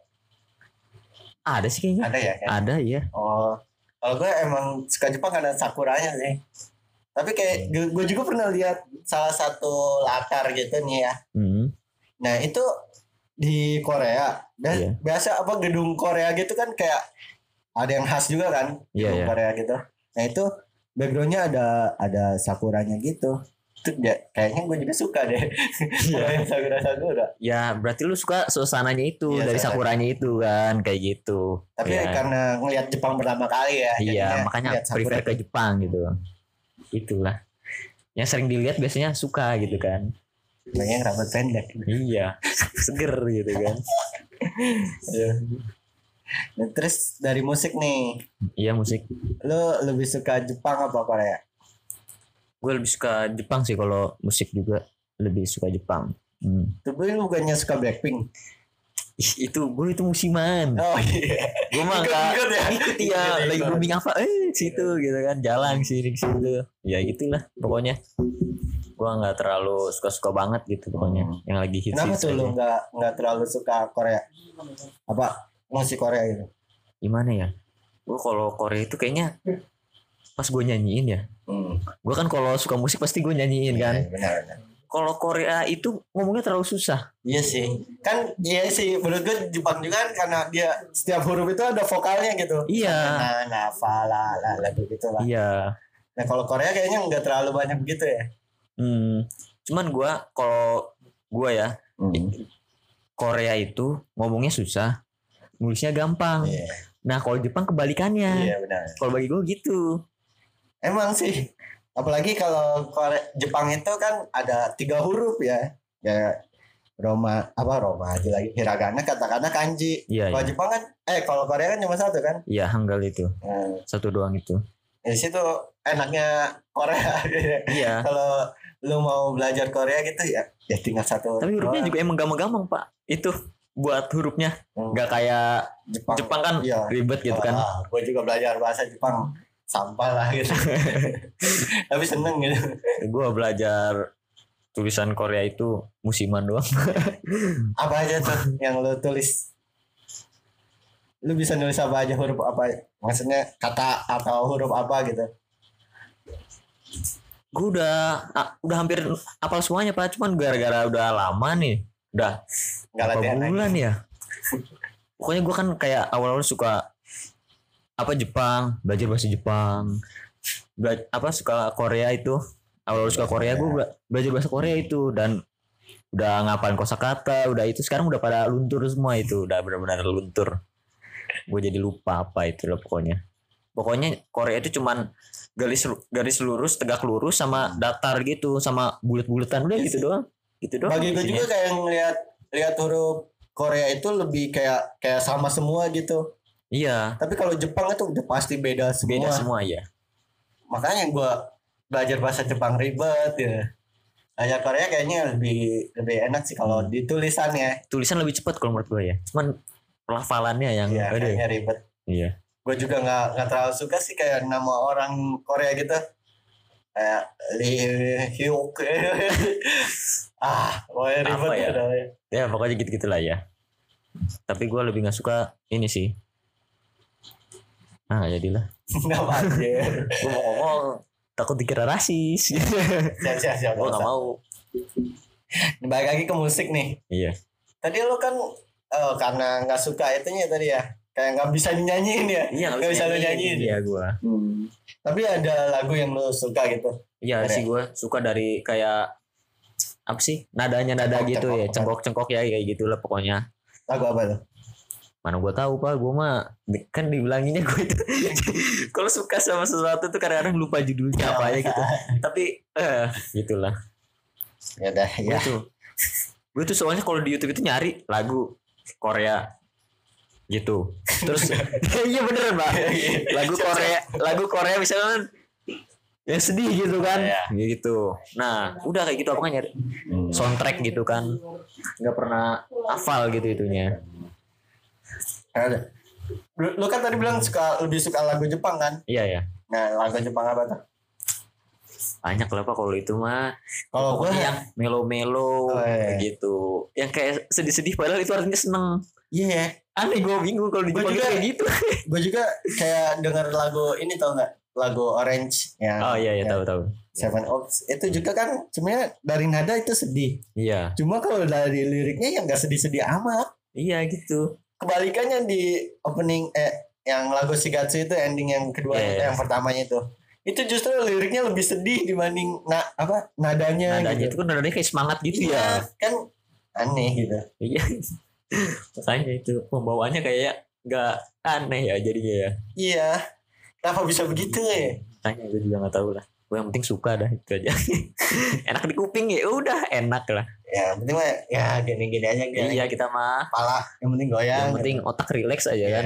S2: Ada sih kayaknya.
S1: Ada ya? Kayaknya.
S2: Ada ya.
S1: Oh, kalau gue emang suka Jepang karena sakuranya sih. Tapi kayak hmm. gue juga pernah lihat salah satu latar gitu nih ya. Hmm. Nah itu di Korea. Biasa, yeah. biasa apa gedung Korea gitu kan kayak ada yang khas juga kan yeah, gedung yeah. Korea gitu. Nah itu backgroundnya ada ada sakuranya gitu. Itu ya, kayaknya gue juga suka deh. Yeah. Sakura-sakura.
S2: Ya berarti lu suka suasananya itu yeah, dari sakuranya itu kan kayak gitu.
S1: Tapi
S2: ya.
S1: Karena ngelihat Jepang pertama kali ya.
S2: Iya makanya prefer ke Jepang gitu. Itulah. Yang sering dilihat biasanya suka gitu kan.
S1: Banyak rambut pendek.
S2: Iya. Seger gitu kan.
S1: Nah, terus dari musik nih.
S2: Iya musik.
S1: Lu lebih suka Jepang apa Korea?
S2: Gue lebih suka Jepang sih kalau musik juga lebih suka Jepang. Hmm.
S1: Tapi lu bukannya suka Blackpink?
S2: Itu gue itu musiman.
S1: Oh iya.
S2: Gue mah gak ikut ya. Ikut ya. Lagi booming apa? Eh situ gitu kan. Jalan sini situ. Ya gitulah pokoknya. Gue nggak terlalu suka-suka banget gitu pokoknya. Hmm. Yang lagi hits.
S1: Kenapa tuh lu nggak nggak terlalu suka Korea? Apa musik Korea gitu?
S2: Gimana ya? Gue kalau Korea itu kayaknya pas gue nyanyiin ya. Hmm. Gue kan kalau suka musik pasti gue nyanyiin kan.
S1: Benar, benar.
S2: kalau Korea itu ngomongnya terlalu susah.
S1: Iya sih. Kan iya sih menurut gue Jepang juga kan karena dia setiap huruf itu ada vokalnya gitu.
S2: Iya.
S1: Nah, nah, fa, la, la, la gitu lah.
S2: Iya.
S1: Nah kalau Korea kayaknya nggak terlalu banyak begitu ya.
S2: Hmm. Cuman gue kalau gue ya
S1: Hmm.
S2: Korea itu ngomongnya susah, nulisnya gampang.
S1: Iya.
S2: Nah kalau Jepang kebalikannya.
S1: Iya benar.
S2: Kalau bagi gue gitu.
S1: Emang sih. Apalagi kalau Korea, Jepang itu kan ada tiga huruf ya. Ya Roma apa Roma aja lagi hiragana, katakana, kanji.
S2: Iya.
S1: Kalau
S2: Iya.
S1: Jepang kan eh kalau Korea kan cuma satu kan.
S2: Iya Hangul itu.
S1: Nah,
S2: Satu doang itu.
S1: di situ enaknya Korea.
S2: Iya.
S1: Kalau lu mau belajar Korea gitu ya, ya tinggal satu.
S2: Tapi hurufnya juga emang gampang-gampang Pak. Itu buat hurufnya
S1: Hmm.
S2: nggak kayak
S1: Jepang,
S2: Jepang kan
S1: iya.
S2: ribet gitu kan.
S1: Ah, gue juga belajar bahasa Jepang sampah lah gitu. Tapi seneng gitu.
S2: Gue belajar tulisan Korea itu musiman doang.
S1: Apa aja tuh yang lu tulis? Lu bisa nulis apa aja, huruf apa? Maksudnya kata atau huruf apa gitu?
S2: Gue udah ah, udah hampir hafal semuanya Pak. Cuman gara-gara udah lama nih, udah
S1: Nggak
S2: berapa
S1: latihan
S2: bulan ya. Pokoknya gue kan kayak awal-awal suka apa Jepang, belajar bahasa Jepang, Bela- apa suka Korea itu. Awal-awal suka Korea gue bela- belajar bahasa Korea itu dan udah ngapalin kosakata, udah itu sekarang udah pada luntur semua itu, udah benar-benar luntur. Gue jadi lupa apa itu lah pokoknya. Pokoknya Korea itu cuman garis garis lurus, tegak lurus sama datar gitu, sama bulat-bulatan udah gitu doang. Gitu doang.
S1: Bagi gue
S2: isinya.
S1: juga kayak ngeliat lihat huruf Korea itu lebih kayak kayak sama semua gitu.
S2: Iya,
S1: Tapi kalau Jepang itu udah pasti beda semua.
S2: beda semua ya.
S1: Makanya gue belajar bahasa Jepang ribet ya. Belajar Korea kayaknya lebih lebih enak sih kalau di tulisannya.
S2: Tulisan lebih cepat kalau menurut gue ya. Cuman pelafalannya yang
S1: Iya,
S2: aduh.
S1: kayaknya ribet.
S2: Iya.
S1: Gue juga nggak nggak terlalu suka sih kayak nama orang Korea gitu. Kayak Lee Hyuk. ah, pokoknya ribet
S2: Apa ya?
S1: udah.
S2: Ya pokoknya gitu-gitulah ya. Tapi gue lebih nggak suka ini sih. Ah jadilah.
S1: Nggak wajar.
S2: Gue mau ngomong takut dikira rasis.
S1: Siap siap siap.
S2: Gue nggak mau.
S1: Balik lagi ke musik nih.
S2: Iya.
S1: Tadi lu kan oh, karena nggak suka itunya tadi ya. Kayak nggak bisa dinyanyiin ya.
S2: Iya
S1: Nggak bisa lu nyanyiin.
S2: Iya gue.
S1: Hmm. Tapi ada lagu yang lu suka gitu.
S2: Iya
S1: Ada.
S2: sih gue suka dari kayak apa sih nadanya nada
S1: Cengkok,
S2: gitu
S1: cengkok,
S2: ya
S1: kan.
S2: cengkok-cengkok ya kayak gitulah pokoknya.
S1: Lagu apa tuh?
S2: Mana gue tahu Pak, gue mah kan dibilanginnya gue itu kalau suka sama sesuatu tuh kadang-kadang lupa judulnya apa aja gitu. Tapi eh gitulah.
S1: Ya udah
S2: Gue
S1: ya.
S2: tuh gue tuh soalnya kalau di YouTube itu nyari lagu Korea gitu. Terus iya bener Pak. Lagu Korea, lagu Korea misalnya yang sedih gitu kan.
S1: Iya.
S2: Gitu. Nah, udah kayak gitu apa kan nyari soundtrack gitu kan. Nggak pernah hafal gitu itunya.
S1: Ada. Lu, lu kan tadi bilang suka lebih suka lagu Jepang kan?
S2: Iya ya.
S1: Nah, lagu Jepang apa tuh?
S2: Banyak lah Pak kalau itu mah.
S1: Kalau gue
S2: Pokoknya yang melo-melo
S1: Oh, iya.
S2: gitu. Yang kayak sedih-sedih padahal itu artinya seneng.
S1: iya ya.
S2: Aneh gue bingung kalau di
S1: Gua
S2: Jepang itu
S1: juga-
S2: kayak gitu.
S1: Gue juga kayak denger lagu ini tau nggak? Lagu Orange yang
S2: Oh iya iya
S1: yang
S2: tahu-tahu.
S1: Seven Oaks itu juga kan sebenarnya dari nada itu sedih.
S2: Iya.
S1: Cuma kalau dari liriknya yang nggak sedih-sedih amat.
S2: Iya gitu.
S1: Kebalikannya di opening eh yang lagu Shigatsu itu ending yang kedua
S2: Iya,
S1: itu
S2: iya.
S1: yang pertamanya itu. Itu justru liriknya lebih sedih dibanding na apa nadanya.
S2: Nadanya
S1: gitu.
S2: itu kan nadanya kayak semangat gitu
S1: Iya,
S2: ya.
S1: kan aneh gitu.
S2: Iya. Makanya itu pembawaannya kayak nggak aneh ya jadinya ya.
S1: Iya. Kenapa bisa begitu ya?
S2: Makanya gue juga nggak tahu lah. Gue yang penting suka dah itu aja. Enak di kuping ya udah enak lah.
S1: Ya, yang penting mah ya gini-gini aja gini.
S2: Iya kita mah.
S1: Kepala yang penting goyang.
S2: Yang penting otak rileks aja
S1: Iya,
S2: kan.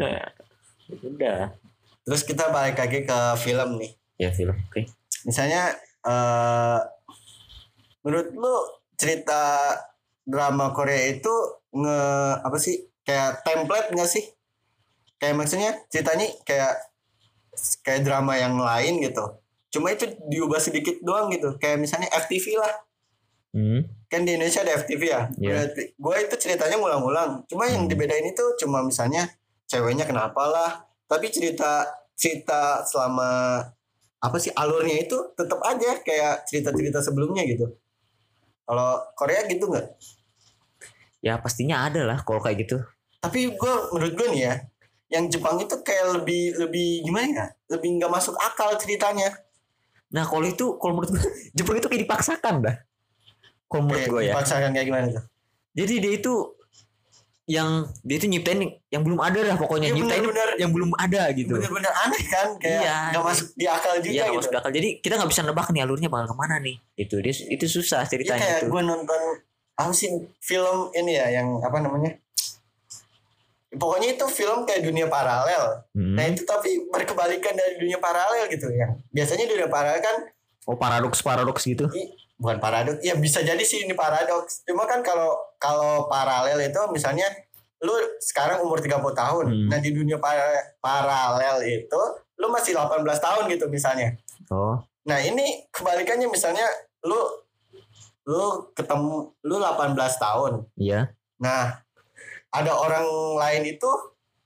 S2: Udah.
S1: Terus kita balik lagi ke film nih.
S2: Ya film. Oke.
S1: Misalnya eh menurut lu cerita drama Korea itu nge apa sih? Kayak template nggak sih? Kayak maksudnya ceritanya kayak kayak drama yang lain gitu. Cuma itu diubah sedikit doang gitu. Kayak misalnya F T V lah.
S2: Hmm.
S1: Kan di Indonesia ada F T V ya.
S2: Iya.
S1: Berarti gue itu ceritanya ngulang-ulang. Cuma yang
S2: Hmm.
S1: dibedain itu cuma misalnya ceweknya kenapa lah. Tapi cerita cerita selama apa sih alurnya itu tetap aja kayak cerita-cerita sebelumnya gitu. Kalau Korea gitu nggak?
S2: Ya pastinya ada lah kalau kayak gitu.
S1: Tapi gue menurut gue nih ya, yang Jepang itu kayak lebih lebih gimana ya? Lebih nggak masuk akal ceritanya.
S2: Nah kalau itu kalau menurut gue Jepang itu kayak dipaksakan dah. Kalau menurut
S1: Kayak
S2: gue ya.
S1: dipaksakan kayak gimana tuh?
S2: Jadi dia itu yang dia itu nyiptain yang belum ada lah pokoknya,
S1: Iya,
S2: nyiptain
S1: bener-bener.
S2: yang belum ada gitu.
S1: Bener-bener aneh kan, kayak
S2: Iya.
S1: nggak masuk di akal juga
S2: Iya nggak
S1: gitu.
S2: masuk akal. Jadi kita nggak bisa nebak nih alurnya bakal kemana nih. Itu dia itu susah
S1: Iya
S2: ceritanya
S1: kayak
S2: itu.
S1: gue nonton apa sih film ini ya yang apa namanya? Pokoknya itu film kayak dunia paralel.
S2: Hmm.
S1: Nah itu tapi berkebalikan dari dunia paralel gitu ya. Biasanya dunia paralel kan
S2: Oh paradoks paradoks gitu.
S1: i- bukan paradoks, ya bisa jadi sih ini paradoks. Cuma kan kalau kalau paralel itu misalnya lu sekarang umur tiga puluh tahun.
S2: Hmm.
S1: Nah di dunia para- paralel itu lu masih delapan belas tahun gitu misalnya.
S2: Oh
S1: Nah ini kebalikannya misalnya lu lu ketemu lu delapan belas tahun.
S2: iya.
S1: Nah ada orang lain itu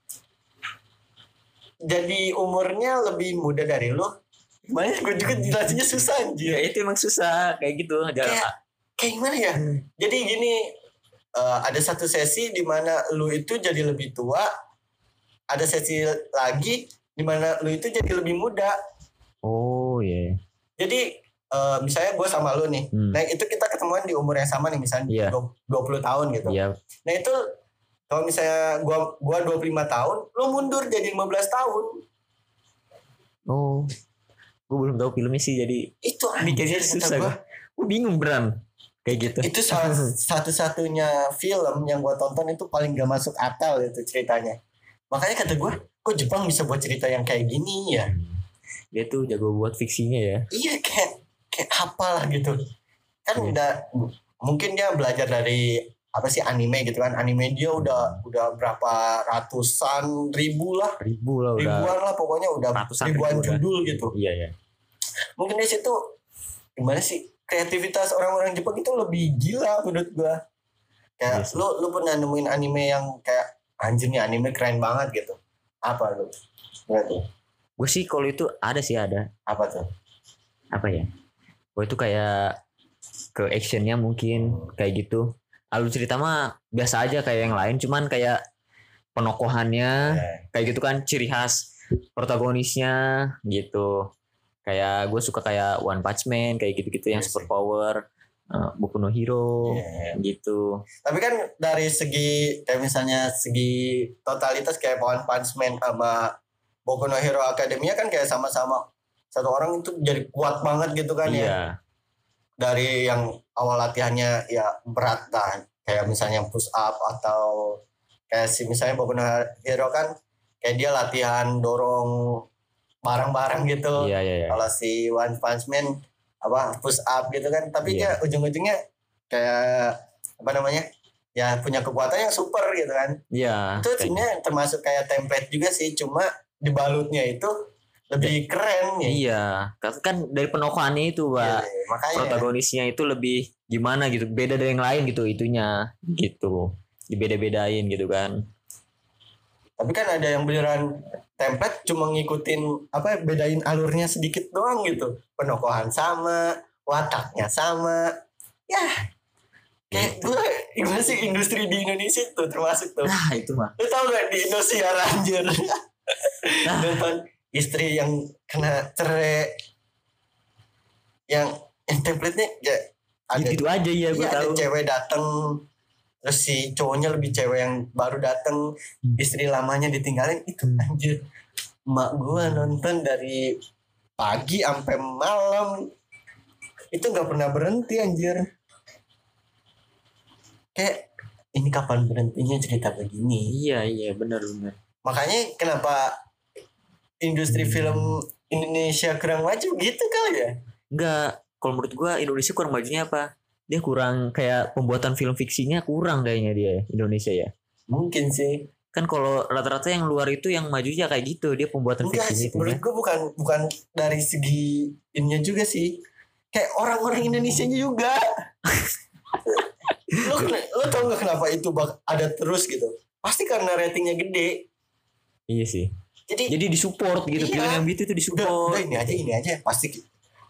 S1: jadi umurnya lebih muda dari lu. Gimana gue juga jelasinnya susah anjir.
S2: Ya itu emang susah kayak gitu. Jalan.
S1: Kayak, kayak gimana ya? Jadi gini, uh, ada satu sesi di mana lu itu jadi lebih tua, ada sesi lagi di mana lu itu jadi lebih muda.
S2: Oh iya.
S1: Jadi uh, misalnya gue sama lu nih,
S2: Hmm.
S1: nah itu kita ketemuan di umur yang sama nih, misalnya
S2: Iya.
S1: dua puluh tahun gitu.
S2: Iya.
S1: Nah itu kalau misalnya gue gua dua puluh lima tahun, lu mundur jadi lima belas tahun.
S2: Oh. Gue belum tahu filmnya sih jadi
S1: Itu
S2: mikirnya
S1: anjir,
S2: susah.
S1: kata
S2: Gue gue bingung beran kayak gitu.
S1: itu salah satu-satunya film yang gue tonton itu paling gak masuk akal itu ceritanya. Makanya kata gue, kok Jepang bisa buat cerita yang kayak gini ya?
S2: Dia tuh jago buat fiksinya ya.
S1: Iya kayak kayak apalah gitu. Kan
S2: Iya.
S1: udah mungkin dia belajar dari apa sih anime gitu kan? Anime dia udah udah berapa ratusan ribu lah,
S2: Ribu lah udah.
S1: ribuan lah pokoknya udah
S2: Ratusan
S1: ribuan
S2: ribu udah.
S1: judul gitu.
S2: Iya ya.
S1: Mungkin di situ gimana sih kreativitas orang-orang Jepang itu lebih gila menurut gua. Kayak
S2: Yes.
S1: lu lu pernah nemuin anime yang kayak anjir nih anime keren banget gitu. Apa lu? Berarti
S2: Gue sih kalau itu ada sih ada.
S1: apa tuh?
S2: Apa ya? Gue itu kayak ke actionnya mungkin kayak gitu. Alur cerita mah biasa aja kayak yang lain, cuman kayak penokohannya
S1: Eh,
S2: kayak gitu kan ciri khas protagonisnya gitu. Kayak gue suka kayak One Punch Man kayak gitu-gitu yang
S1: Iya
S2: super
S1: sih.
S2: power, uh, Boku no Hero
S1: Iya.
S2: gitu.
S1: Tapi kan dari segi kayak misalnya segi totalitas kayak One Punch Man sama Boku no Hero Academia kan kayak sama-sama satu orang itu jadi kuat banget gitu kan ya.
S2: Iya.
S1: Dari yang awal latihannya ya berat kan, kayak misalnya push up atau kayak si misalnya Boku no Hero kan kayak dia latihan dorong barang-barang gitu.
S2: Iya iya iya.
S1: Kalau si One Punch Man apa push up gitu kan, tapi
S2: Iya.
S1: dia ujung-ujungnya kayak apa namanya ya punya kekuatan yang super gitu kan.
S2: Iya.
S1: Itu
S2: kayak-
S1: sebenarnya termasuk kayak template juga sih, cuma dibalutnya itu lebih keren ya.
S2: Iya, kan- kan dari penokohannya itu, Pak.
S1: Iya, makanya
S2: Protagonisnya itu lebih gimana gitu, beda dari yang lain gitu itunya, gitu. Dibeda-bedain gitu kan.
S1: tapi kan ada yang beneran template cuma ngikutin apa bedain alurnya sedikit doang gitu, penokohan sama, wataknya sama, ya kayak gue gimana sih industri di Indonesia tuh termasuk tuh.
S2: Nah, itu mah.
S1: Lu tau gak di Indosiar anjir
S2: Nah,
S1: nonton istri yang kena cerai yang yang template-nya ya ada
S2: gitu aja ya gue
S1: iya, ada
S2: tahu.
S1: cewek dateng terus si cowoknya lebih cewek yang baru dateng, istri lamanya ditinggalin itu anjir. Mak gue nonton dari pagi sampai malam itu nggak pernah berhenti anjir. Kayak ini kapan berhentinya cerita begini.
S2: Iya, iya, benar benar.
S1: Makanya kenapa industri film Indonesia kurang maju gitu kali ya?
S2: Enggak, kalau menurut gue Indonesia kurang majunya apa? Dia kurang kayak pembuatan film fiksinya kurang kayaknya dia Indonesia ya.
S1: Mungkin sih.
S2: Kan kalau rata-rata yang luar itu yang majunya kayak gitu, dia pembuatan
S1: Enggak
S2: fiksinya
S1: sih,
S2: itu
S1: menurut
S2: ya.
S1: gue bukan bukan dari segi ininya juga sih. Kayak orang-orang Indonesia juga. lo, lo tau gak kenapa itu bak ada terus gitu? Pasti karena ratingnya gede.
S2: Iya sih.
S1: Jadi,
S2: Jadi disupport gitu,
S1: Iya.
S2: film yang gitu itu
S1: udah,
S2: disupport.
S1: udah ini aja ini aja pasti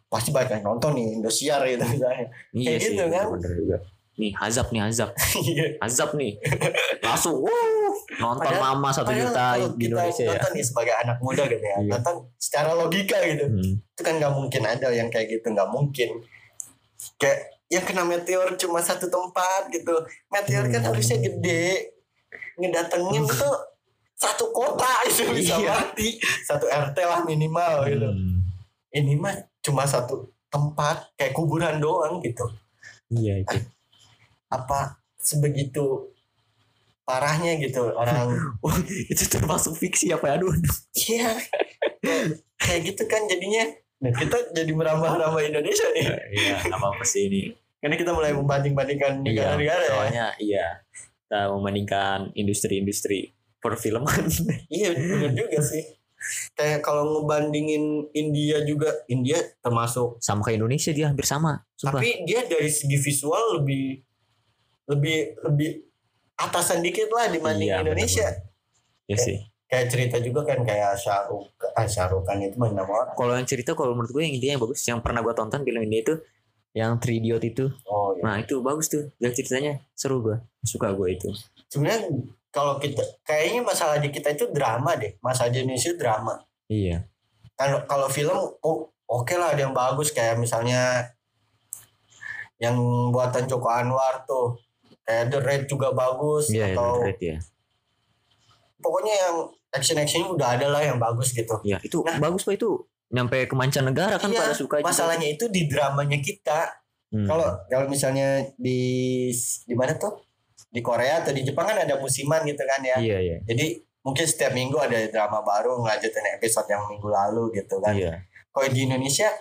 S1: pasti banyak yang nonton nih Indosiar gitu misalnya.
S2: Iya
S1: Kayak
S2: sih,
S1: gitu kan.
S2: bener juga. Nih Hazab nih Hazab.
S1: Iya.
S2: Hazab nih. Langsung wuh, nonton
S1: Padahal-
S2: mama satu
S1: Padahal
S2: juta
S1: kalau
S2: di
S1: kita
S2: Indonesia ya.
S1: nonton nih sebagai anak muda gitu ya,
S2: Iya.
S1: nonton secara logika gitu,
S2: Hmm.
S1: itu kan nggak mungkin ada yang kayak gitu, nggak mungkin. Kayak yang kena meteor cuma satu tempat gitu, meteor kan
S2: Hmm.
S1: harusnya gede, ngedatengin tuh satu kota itu bisa
S2: Iya.
S1: mati, satu R T lah minimal gitu.
S2: Hmm.
S1: Ini mah cuma satu tempat kayak kuburan doang gitu.
S2: Iya itu.
S1: Apa sebegitu parahnya gitu orang.
S2: Oh, itu termasuk fiksi apa ya? Aduh.
S1: Iya, kayak, kayak gitu kan jadinya. Nah kita jadi merambah-rambah Indonesia nih,
S2: Iya, apa apa sih ini?
S1: karena kita mulai membanding-bandingkan
S2: Iya,
S1: negara-negara ya.
S2: soalnya iya. Kita membandingkan industri-industri perfilman.
S1: Iya benar juga sih. Kayak kalau ngebandingin India juga, India termasuk,
S2: Sama kayak Indonesia dia hampir sama. Sumpah.
S1: tapi dia dari segi visual lebih lebih lebih atasan dikit lah dibanding
S2: Iya,
S1: Indonesia.
S2: Ya sih.
S1: Kayak cerita juga kan kayak Syahrukh, ah, Syahrukh Khan itu main nama orang.
S2: Kalau yang cerita kalau menurut gue yang India yang bagus, yang pernah gue tonton film India itu yang Three Idiot itu.
S1: Oh iya.
S2: Nah, itu bagus tuh. Yang ceritanya seru gue. Suka gue itu.
S1: Sebenarnya kalau kita kayaknya masalah di kita itu drama deh, masalah di Indonesia drama.
S2: Iya.
S1: Kalau kalau film oh, oke lah ada yang bagus kayak misalnya yang buatan Joko Anwar tuh kayak The Raid juga bagus,
S2: Iya,
S1: atau
S2: ya, ya.
S1: pokoknya yang action-action udah ada lah yang bagus gitu.
S2: Ya, itu
S1: Nah.
S2: bagus Pak itu. Nyampe ke mancanegara kan
S1: Iya,
S2: pada suka juga.
S1: masalahnya itu di dramanya kita.
S2: Hmm.
S1: Kalau kalau misalnya di di mana tuh? Di Korea atau di Jepang kan ada musiman gitu kan ya.
S2: Iya, iya.
S1: Jadi mungkin setiap minggu ada drama baru ngelanjutin episode yang minggu lalu gitu kan.
S2: Iya.
S1: Kalau di Indonesia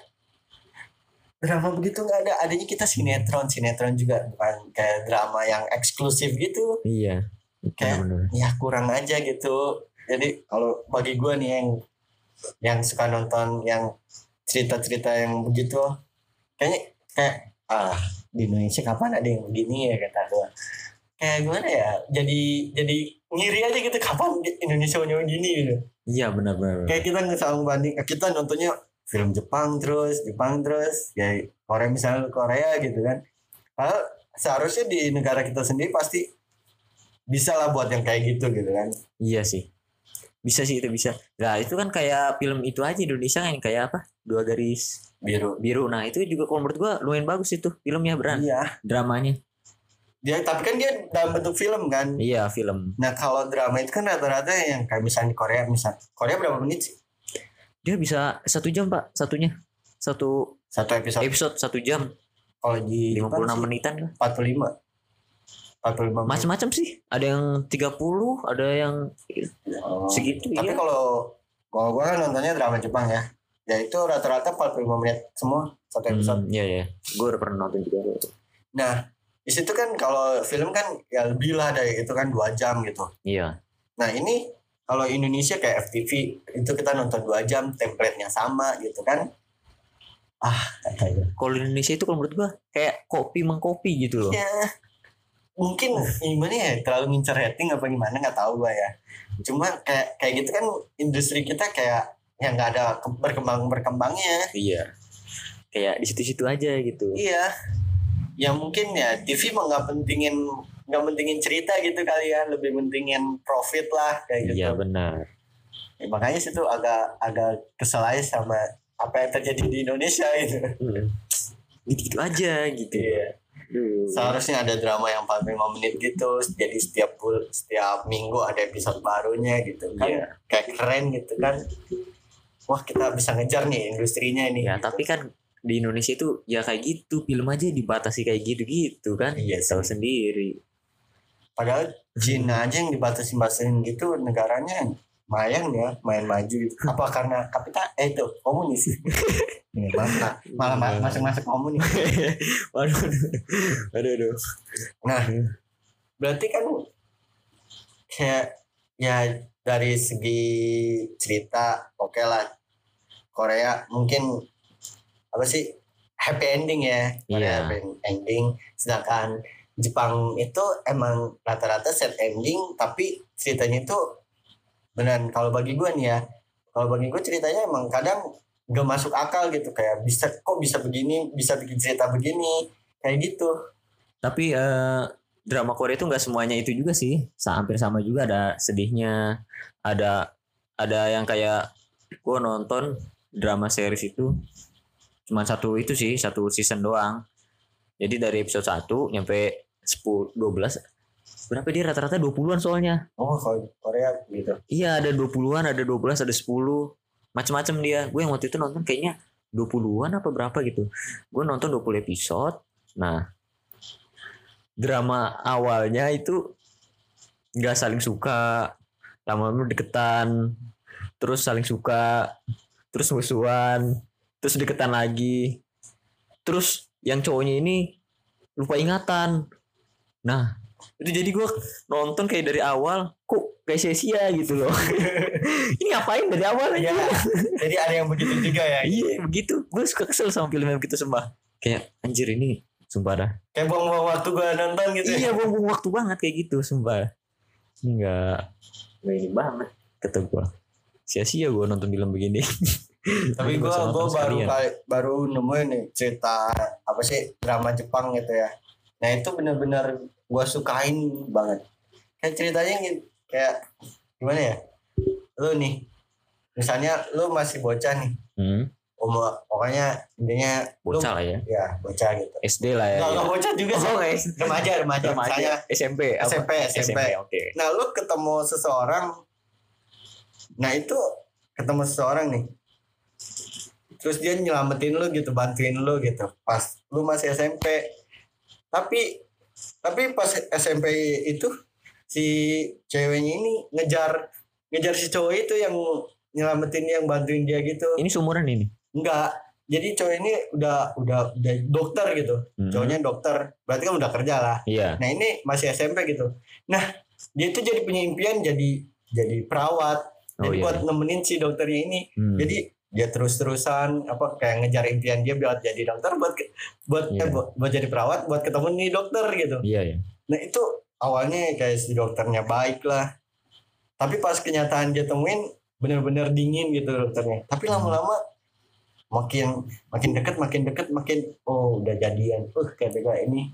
S1: drama begitu nggak ada, adanya kita sinetron, sinetron juga bukan kayak drama yang eksklusif gitu.
S2: Iya.
S1: Kayak
S2: Benar-benar.
S1: ya kurang aja gitu. Jadi kalau bagi gue nih yang yang suka nonton yang cerita-cerita yang begitu, kayaknya kayak ah di Indonesia kapan ada yang begini ya kata gue. Kayak gimana ya? Jadi jadi ngiri aja gitu, kapan Indonesia punya begini gitu.
S2: Iya, benar-benar.
S1: Kayak kita nggak selalu banding, kita nontonnya film Jepang terus, Jepang terus, kayak Korea misalnya Korea gitu kan. Padahal seharusnya di negara kita sendiri pasti bisa lah buat yang kayak gitu gitu kan.
S2: Iya sih. Bisa sih itu bisa. Nah, itu kan kayak film itu aja Indonesia yang kayak apa? Dua garis
S1: Biru.
S2: biru. Nah, itu juga kalau menurut gua lumayan bagus itu filmnya beran.
S1: Iya.
S2: Dramanya.
S1: Dia tapi kan dia dalam bentuk film kan.
S2: Iya, film.
S1: Nah kalau drama itu kan rata-rata yang kayak misalnya di Korea, misal Korea berapa menit sih?
S2: Dia bisa satu jam Pak, satunya. Satu
S1: Satu episode.
S2: episode satu jam.
S1: Kalau di
S2: lima puluh enam
S1: Jepang sih
S2: menitan lah.
S1: empat puluh lima. empat puluh lima menit.
S2: Macam-macam sih. Ada yang tiga puluh, ada yang
S1: Oh.
S2: segitu.
S1: Tapi
S2: Iya.
S1: kalau kalau gua kan nontonnya drama Jepang ya. Ya itu rata-rata empat puluh lima menit semua satu episode.
S2: Hmm, iya ya. Gue udah pernah nonton juga.
S1: Nah, di situ kan kalau film kan ya lebih lah dari itu kan dua jam gitu.
S2: Iya.
S1: Nah, ini kalau Indonesia kayak F T V itu kita nonton dua jam, template-nya sama gitu kan. Ah, kayaknya.
S2: Kalau di Indonesia itu kalau menurut gua kayak kopi mengkopi gitu loh.
S1: Ya, mungkin gimana ya, terlalu ngincer rating apa gimana nggak tahu gua ya. Cuma kayak kayak gitu kan industri kita kayak yang nggak ada ke- berkembang-berkembangnya.
S2: Iya. Kayak di situ-situ aja gitu.
S1: Iya. Ya mungkin ya T V mah nggak pentingin nggak pentingin cerita gitu kali ya, lebih pentingin profit lah kayak gitu.
S2: Iya benar.
S1: Ya, makanya situ agak agak kesel aja sama apa yang terjadi di Indonesia itu.
S2: Hmm. Gitu-gitu aja gitu.
S1: Iya.
S2: Duh.
S1: Seharusnya ada drama yang empat puluh lima menit gitu, jadi setiap bul setiap minggu ada episode barunya gitu kan.
S2: Iya.
S1: Kayak keren gitu kan. Wah, kita bisa ngejar nih industrinya ini.
S2: Ya tapi kan di Indonesia itu ya kayak gitu, film aja dibatasi kayak gitu-gitu kan.
S1: Iya sih.
S2: Tahu sendiri.
S1: Padahal Cina aja yang dibatasi-batasin gitu negaranya lumayan ya, main maju gitu. Apa karena kapital eh itu komunis. Ini malah malah ma- masuk-masuk komunis.
S2: Waduh, aduh, aduh.
S1: Nah, berarti kan kayak ya dari segi cerita oke lah. Korea mungkin apa sih happy ending ya. Korea
S2: Iya.
S1: happy ending. Sedangkan Jepang itu emang rata-rata sad ending, tapi ceritanya itu beneran kalau bagi gue nih ya, kalau bagi gue ceritanya emang kadang nggak masuk akal gitu, kayak bisa kok bisa begini, bisa bikin cerita begini kayak gitu.
S2: Tapi eh, drama Korea itu nggak semuanya itu juga sih, hampir sama juga, ada sedihnya, ada ada yang kayak gue nonton drama series itu cuma satu itu sih, satu season doang. Jadi dari episode satu nyampe sepuluh dua belas berapa dia rata-rata dua puluhan soalnya.
S1: Oh, kalau Korea gitu.
S2: Iya, ada dua puluhan, ada dua belas, ada sepuluh. Macam-macam dia. Gue yang waktu itu nonton kayaknya dua puluhan apa berapa gitu. Gue nonton dua puluh episode. Nah, drama awalnya itu nggak saling suka, lama-lama deketan, terus saling suka, terus musuhan, terus deketan lagi, terus yang cowoknya ini lupa ingatan. Nah, itu jadi gue nonton kayak dari awal kok kayak sia-sia gitu loh. Ini ngapain dari awal aja.
S1: Ya, jadi ada yang begitu juga ya.
S2: Iya begitu. Gue suka kesel sama film yang begitu, sumpah. Kayak anjir ini sumpah dah.
S1: Kayak buang-buang waktu gue nonton gitu.
S2: Iya, buang-buang waktu banget kayak gitu, sumpah. Ini enggak enggak ini banget kata gue. Sia-sia gue nonton film begini.
S1: Tapi gue gue baru kali, baru nemuin nih cerita apa sih, drama Jepang gitu ya. Nah itu benar-benar gue sukain banget. Kayak ceritanya kayak gimana ya? Lu nih, misalnya lu masih bocah nih.
S2: Hmm.
S1: Umur pokoknya intinya
S2: bocah lah ya.
S1: Ya bocah gitu.
S2: S D lah ya.
S1: Nggak,
S2: ya.
S1: nggak bocah juga sih.
S2: Oh,
S1: remaja, remaja.
S2: remaja.
S1: Misalnya
S2: S M P.
S1: S M P, S M P.
S2: S M P, oke. Okay.
S1: Nah lu ketemu seseorang. Nah itu ketemu seseorang nih. Terus dia nyelamatin lu gitu, bantuin lu gitu. Pas lu masih S M P. Tapi tapi pas S M P itu si ceweknya ini ngejar ngejar si cowok itu yang nyelamatin, yang bantuin dia gitu.
S2: Ini seumuran ini?
S1: Enggak. Jadi cowok ini udah udah udah dokter gitu. Hmm. Cowoknya dokter. Berarti kan udah kerja lah.
S2: Iya.
S1: Nah, ini masih S M P gitu. Nah, dia itu jadi punya impian jadi jadi perawat.
S2: Oh,
S1: jadi
S2: iya.
S1: buat nemenin si dokternya ini. Hmm. Jadi dia terus-terusan apa kayak ngejar impian dia buat jadi dokter, buat buat
S2: yeah.
S1: eh, buat, buat jadi perawat, buat ketemu nih dokter gitu.
S2: Iya, yeah, yeah.
S1: Nah, itu awalnya kayak si dokternya baik lah. Tapi pas kenyataan dia temuin bener-bener dingin gitu dokternya. Tapi lama-lama makin makin deket, makin deket, makin oh udah jadian. Uh kayak bega ini.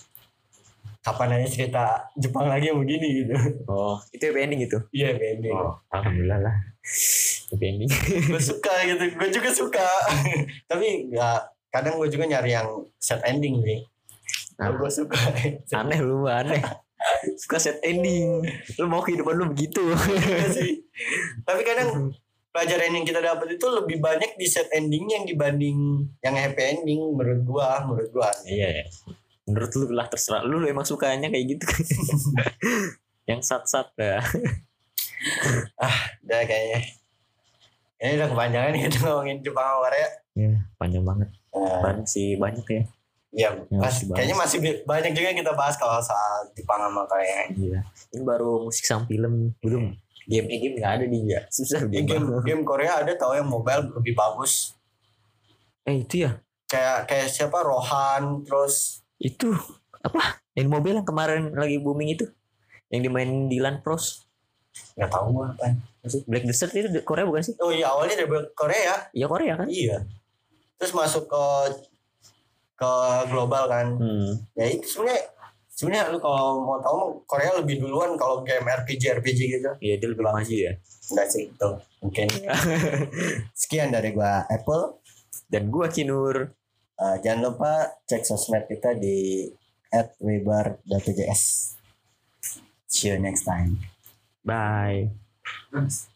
S1: Kapan aja cerita Jepang lagi yang begini gitu.
S2: Oh, itu happy ending gitu?
S1: Iya, happy ending.
S2: Oh, alhamdulillah lah. Happy ending.
S1: Gue suka gitu, gue juga suka. Tapi ya kadang gue juga nyari yang sad ending sih. Nah, gue suka.
S2: Aneh lu, aneh. Suka sad ending. Lu mau kehidupan lu begitu.
S1: Sih. Tapi kadang pelajaran yang kita dapat itu lebih banyak di sad ending yang dibanding yang happy ending menurut gua, menurut gua.
S2: Iya ya. Menurut lu lah, terserah lu, lu emang sukanya kayak gitu. Yang sat-sat ya.
S1: Ah, udah kayaknya. Ini udah kepanjangan nih kita ngomongin Jepang sama Korea.
S2: Iya, panjang banget.
S1: Uh,
S2: banyak sih, banyak ya.
S1: Iya, mas, kayaknya masih banyak juga yang kita bahas kalau soal Jepang sama Korea.
S2: Iya. Ini baru musik sama film, belum. Game game nggak ada dia, susah
S1: game. Game, game Korea ada tau yang mobile lebih bagus.
S2: Eh itu ya?
S1: Kayak kayak siapa Rohan, terus
S2: itu apa? Yang mobile yang kemarin lagi booming itu, yang dimainin Dylan Pros.
S1: Nggak tahu gua apa.
S2: Black Desert itu Korea bukan sih?
S1: Oh iya, awalnya dari Korea.
S2: Iya Korea kan?
S1: Iya. Terus masuk ke ke global kan. Hmm. Ya itu sebenarnya sebenarnya lu kalau mau tahu Korea lebih duluan kalau game R P G R P G gitu.
S2: Iya, dia lebih maju ya.
S1: Enggak sih itu. Mungkin. Sekian dari gua Apple
S2: dan gua Kinur.
S1: Uh, jangan lupa cek sosmed kita di at webar dot p j s. See you next time.
S2: Bye.